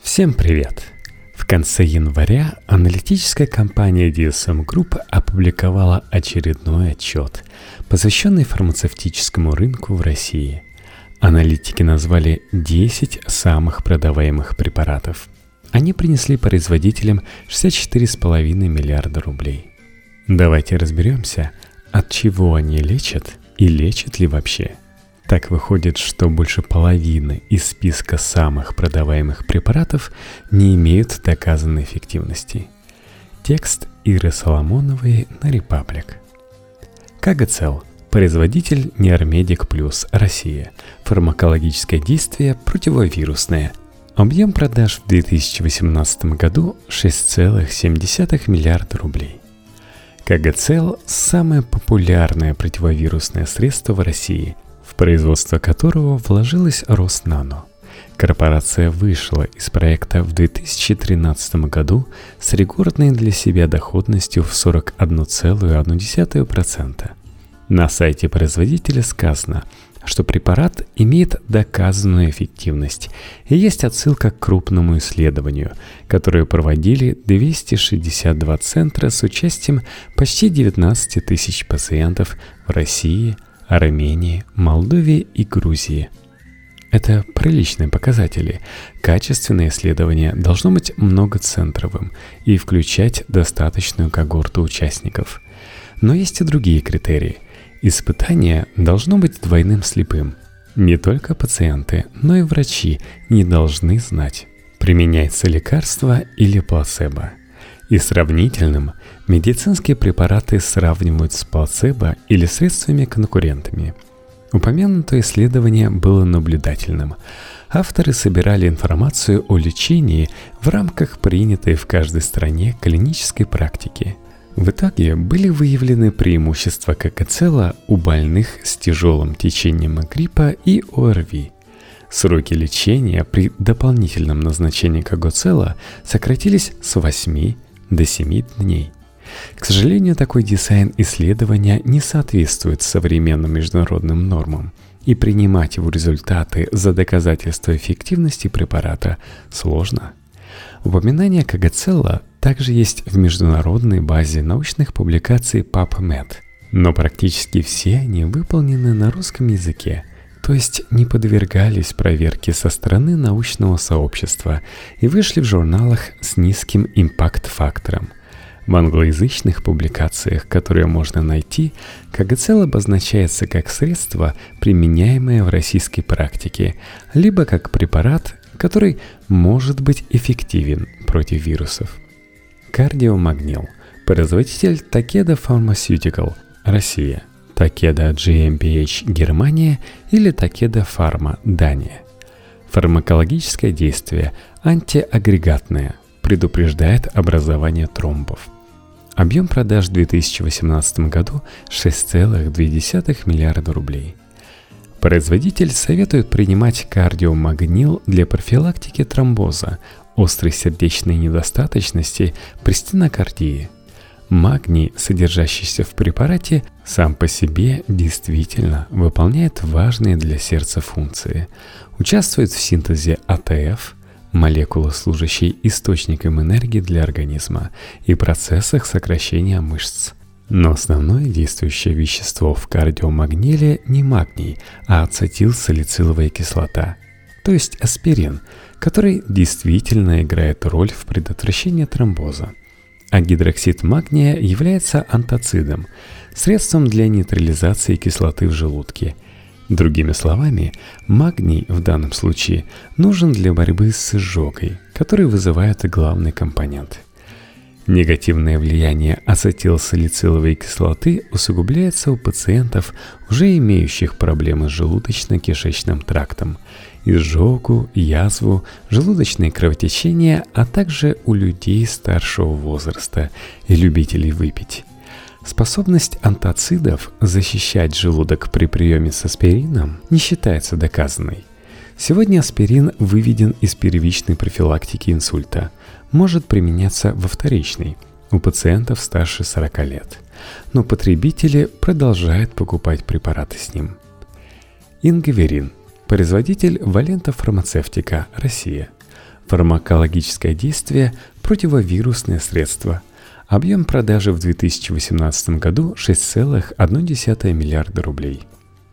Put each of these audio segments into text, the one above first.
Всем привет! В конце января аналитическая компания DSM Group опубликовала очередной отчет, посвященный фармацевтическому рынку в России. Аналитики назвали 10 самых продаваемых препаратов. Они принесли производителям 64,5 миллиарда рублей. Давайте разберемся, от чего они лечат и лечат ли вообще. Так выходит, что больше половины из списка самых продаваемых препаратов не имеют доказанной эффективности. Текст Иры Соломоновой на Репаблик. Кагацел. Производитель Неормедик Плюс, Россия. Фармакологическое действие противовирусное. Объем продаж в 2018 году 6,7 миллиарда рублей. Кагацел – самое популярное противовирусное средство в России, в производство которого вложилась Роснано. Корпорация вышла из проекта в 2013 году с рекордной для себя доходностью в 41,1%. На сайте производителя сказано, что препарат имеет доказанную эффективность, и есть отсылка к крупному исследованию, которое проводили 262 центра с участием почти 19 тысяч пациентов в России, Армении, Молдове и Грузии. Это приличные показатели. Качественное исследование должно быть многоцентровым и включать достаточную когорту участников. Но есть и другие критерии. Испытание должно быть двойным слепым. Не только пациенты, но и врачи не должны знать, применяется лекарство или плацебо. И сравнительным медицинские препараты сравнивают с плацебо или средствами-конкурентами. Упомянутое исследование было наблюдательным. Авторы собирали информацию о лечении в рамках принятой в каждой стране клинической практики. В итоге были выявлены преимущества Кагацела у больных с тяжелым течением гриппа и ОРВИ. Сроки лечения при дополнительном назначении Кагацела сократились с 8 до 7 дней. К сожалению, такой дизайн исследования не соответствует современным международным нормам, и принимать его результаты за доказательство эффективности препарата сложно. Упоминание Кагацела также есть в международной базе научных публикаций PubMed, но практически все они выполнены на русском языке, то есть не подвергались проверке со стороны научного сообщества и вышли в журналах с низким импакт-фактором. В англоязычных публикациях, которые можно найти, Кагацел обозначается как средство, применяемое в российской практике, либо как препарат, который может быть эффективен против вирусов. Кардиомагнил. Производитель Takeda Pharmaceutical, Россия. Takeda GmbH, Германия или Takeda Pharma, Дания. Фармакологическое действие антиагрегатное, предупреждает образование тромбов. Объем продаж в 2018 году 6,2 миллиарда рублей. Производитель советует принимать кардиомагнил для профилактики тромбоза, острой сердечной недостаточности при стенокардии. Магний, содержащийся в препарате, сам по себе действительно выполняет важные для сердца функции. Участвует в синтезе АТФ, молекулы, служащей источником энергии для организма, и процессах сокращения мышц. Но основное действующее вещество в кардиомагниле не магний, а ацетилсалициловая кислота, то есть аспирин, который действительно играет роль в предотвращении тромбоза. А гидроксид магния является антацидом, средством для нейтрализации кислоты в желудке. Другими словами, магний в данном случае нужен для борьбы с изжогой, который вызывает главный компонент. Негативное влияние ацетилсалициловой кислоты усугубляется у пациентов, уже имеющих проблемы с желудочно-кишечным трактом, изжогу, язву, желудочные кровотечения, а также у людей старшего возраста и любителей выпить. Способность антацидов защищать желудок при приеме с аспирином не считается доказанной. Сегодня аспирин выведен из первичной профилактики инсульта, может применяться во вторичной, у пациентов старше 40 лет. Но потребители продолжают покупать препараты с ним. Ингаверин. Производитель Valenta Pharmaceutica, Россия. Фармакологическое действие – противовирусное средство. Объем продажи в 2018 году 6,1 миллиарда рублей.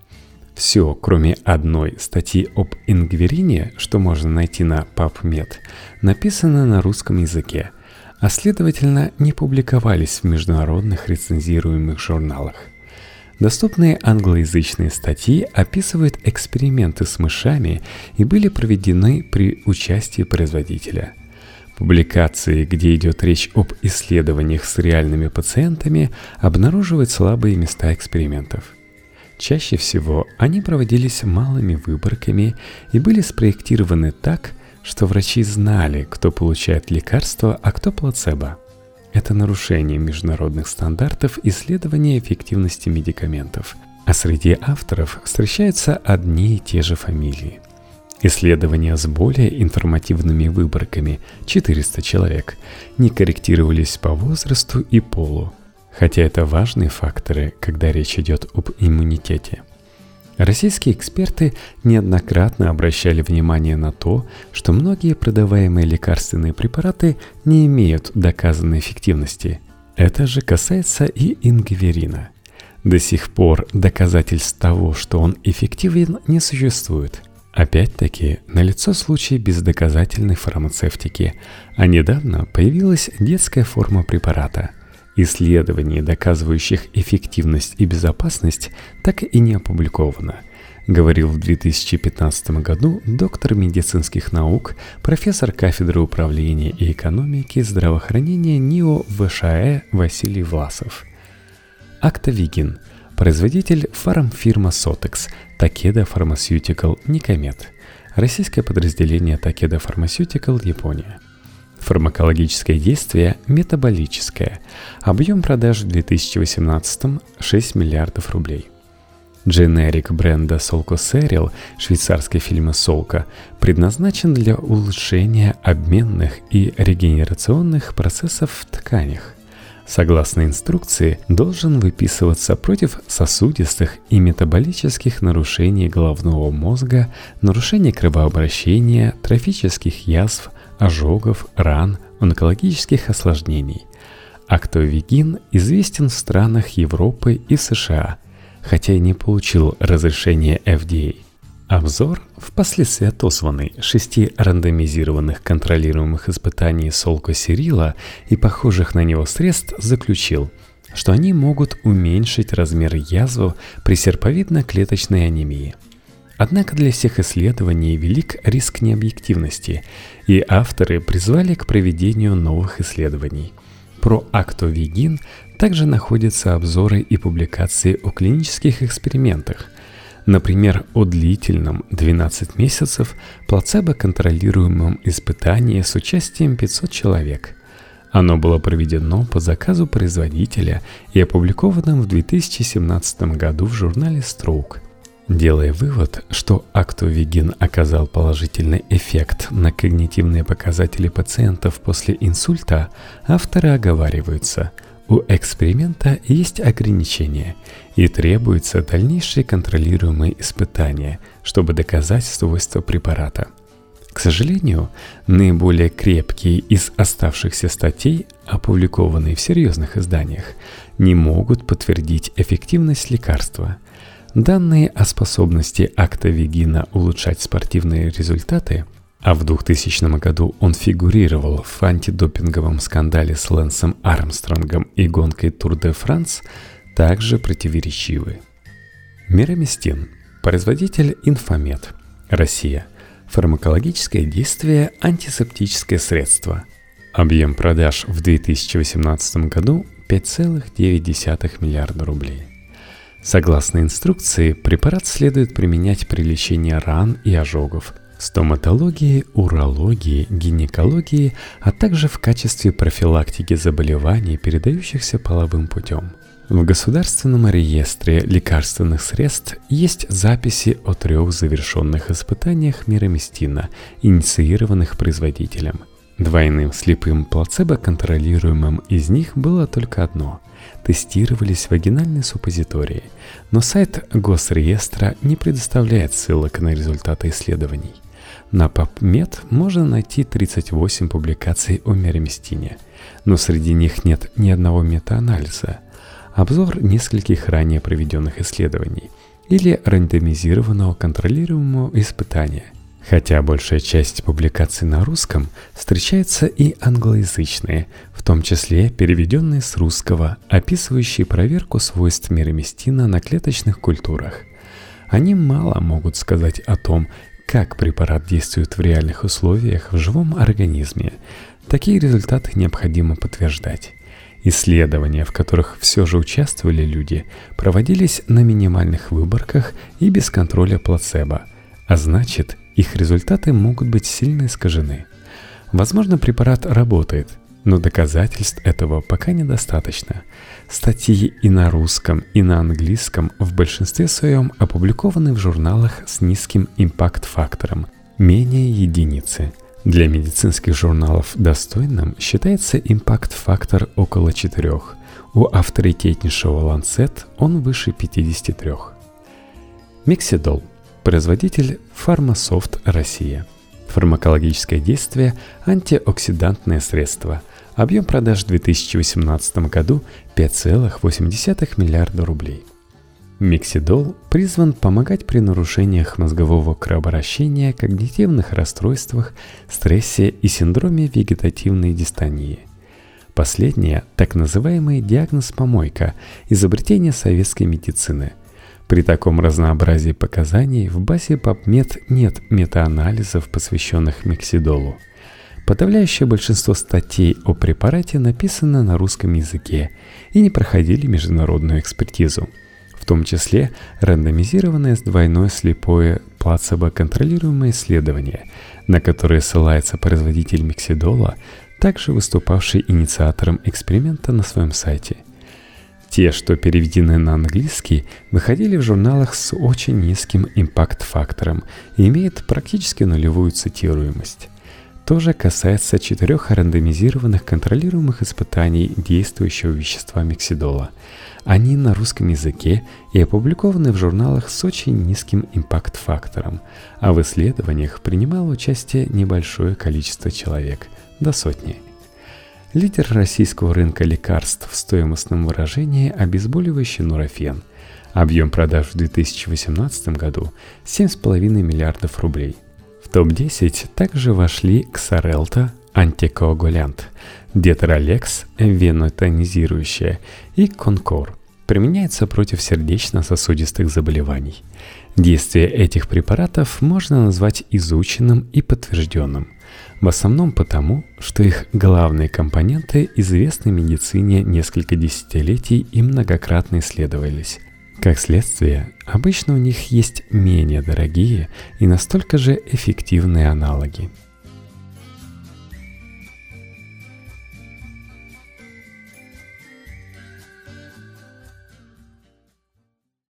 Все, кроме одной статьи об ингверине, что можно найти на PubMed, написано на русском языке, а следовательно не публиковались в международных рецензируемых журналах. Доступные англоязычные статьи описывают эксперименты с мышами и были проведены при участии производителя. Публикации, где идет речь об исследованиях с реальными пациентами, обнаруживают слабые места экспериментов. Чаще всего они проводились малыми выборками и были спроектированы так, что врачи знали, кто получает лекарство, а кто плацебо. Это нарушение международных стандартов исследования эффективности медикаментов, а среди авторов встречаются одни и те же фамилии. Исследования с более информативными выборками, 400 человек, не корректировались по возрасту и полу, хотя это важные факторы, когда речь идет об иммунитете. Российские эксперты неоднократно обращали внимание на то, что многие продаваемые лекарственные препараты не имеют доказанной эффективности. Это же касается и ингверина. До сих пор доказательств того, что он эффективен, не существует. Опять-таки, налицо случаи бездоказательной фармацевтики, а недавно появилась детская форма препарата. Исследований, доказывающих эффективность и безопасность, так и не опубликовано, говорил в 2015 году доктор медицинских наук, профессор кафедры управления и экономики здравоохранения НИО ВШЭ Василий Власов. Actovigin, производитель фармфирма Sottex, Takeda Pharmaceutical, Никомед, российское подразделение Takeda Pharmaceutical, Япония. Фармакологическое действие метаболическое. Объем продаж в 2018 – 6 миллиардов рублей. Дженерик бренда Solcoseril, швейцарской фирмы Solco, предназначен для улучшения обменных и регенерационных процессов в тканях. Согласно инструкции, должен выписываться против сосудистых и метаболических нарушений головного мозга, нарушений кровообращения, трофических язв, ожогов, ран, онкологических осложнений. Actovigin известен в странах Европы и США, хотя и не получил разрешения FDA. Обзор, впоследствии отозванный 6 рандомизированных контролируемых испытаний Solcoseril и похожих на него средств, заключил, что они могут уменьшить размер язв при серповидно-клеточной анемии. Однако для всех исследований велик риск необъективности, и авторы призвали к проведению новых исследований. Про Actovigin также находятся обзоры и публикации о клинических экспериментах, например, о длительном 12 месяцев плацебо-контролируемом испытании с участием 500 человек. Оно было проведено по заказу производителя и опубликовано в 2017 году в журнале Stroke. Делая вывод, что Actovigin оказал положительный эффект на когнитивные показатели пациентов после инсульта, авторы оговариваются: у эксперимента есть ограничения и требуются дальнейшие контролируемые испытания, чтобы доказать свойства препарата. К сожалению, наиболее крепкие из оставшихся статей, опубликованные в серьезных изданиях, не могут подтвердить эффективность лекарства. Данные о способности Actovigin улучшать спортивные результаты, а в 2000 году он фигурировал в антидопинговом скандале с Лэнсом Армстронгом и гонкой Тур де Франс, также противоречивы. Мирамистин, производитель Инфамед, Россия, фармакологическое действие, антисептическое средство. Объем продаж в 2018 году 5,9 миллиарда рублей. Согласно инструкции, препарат следует применять при лечении ран и ожогов, стоматологии, урологии, гинекологии, а также в качестве профилактики заболеваний, передающихся половым путем. В Государственном реестре лекарственных средств есть записи о 3 завершенных испытаниях мирамистина, инициированных производителем. Двойным слепым плацебо-контролируемым из них было только одно. Тестировались вагинальные суппозитории, но сайт Госреестра не предоставляет ссылок на результаты исследований. На PubMed можно найти 38 публикаций о мироместине, но среди них нет ни одного метаанализа, обзор нескольких ранее проведенных исследований или рандомизированного контролируемого испытания. Хотя большая часть публикаций на русском, встречаются и англоязычные, в том числе переведенные с русского, описывающие проверку свойств мироместина на клеточных культурах. Они мало могут сказать о том, как препарат действует в реальных условиях в живом организме. Такие результаты необходимо подтверждать. Исследования, в которых все же участвовали люди, проводились на минимальных выборках и без контроля плацебо, а значит, их результаты могут быть сильно искажены. Возможно, препарат работает, но доказательств этого пока недостаточно. Статьи и на русском, и на английском в большинстве своем опубликованы в журналах с низким импакт-фактором, менее единицы. Для медицинских журналов достойным считается импакт-фактор около 4. У авторитетнейшего Lancet он выше 53. Миксидол. Производитель Pharmasoft Россия. Фармакологическое действие – антиоксидантное средство. Объем продаж в 2018 году – 5,8 миллиарда рублей. Миксидол призван помогать при нарушениях мозгового кровообращения, когнитивных расстройствах, стрессе и синдроме вегетативной дистонии. Последнее – так называемый диагноз-помойка, изобретение советской медицины. При таком разнообразии показаний в базе PubMed нет метаанализов, посвященных миксидолу. Подавляющее большинство статей о препарате написано на русском языке и не проходили международную экспертизу, в том числе рандомизированное двойное слепое плацебо-контролируемое исследование, на которое ссылается производитель миксидола, также выступавший инициатором эксперимента на своем сайте. Те, что переведены на английский, выходили в журналах с очень низким импакт-фактором и имеют практически нулевую цитируемость. То же касается 4 рандомизированных контролируемых испытаний действующего вещества миксидола. Они на русском языке и опубликованы в журналах с очень низким импакт-фактором, а в исследованиях принимало участие небольшое количество человек, до сотни. Лидер российского рынка лекарств в стоимостном выражении – обезболивающий Нурофен. Объем продаж в 2018 году – 7,5 миллиардов рублей. В топ-10 также вошли Ксарелта, антикоагулянт, Детролекс, венотонизирующая, и Конкор, применяется против сердечно-сосудистых заболеваний. Действие этих препаратов можно назвать изученным и подтвержденным. В основном потому, что их главные компоненты известны медицине несколько десятилетий и многократно исследовались. Как следствие, обычно у них есть менее дорогие и настолько же эффективные аналоги.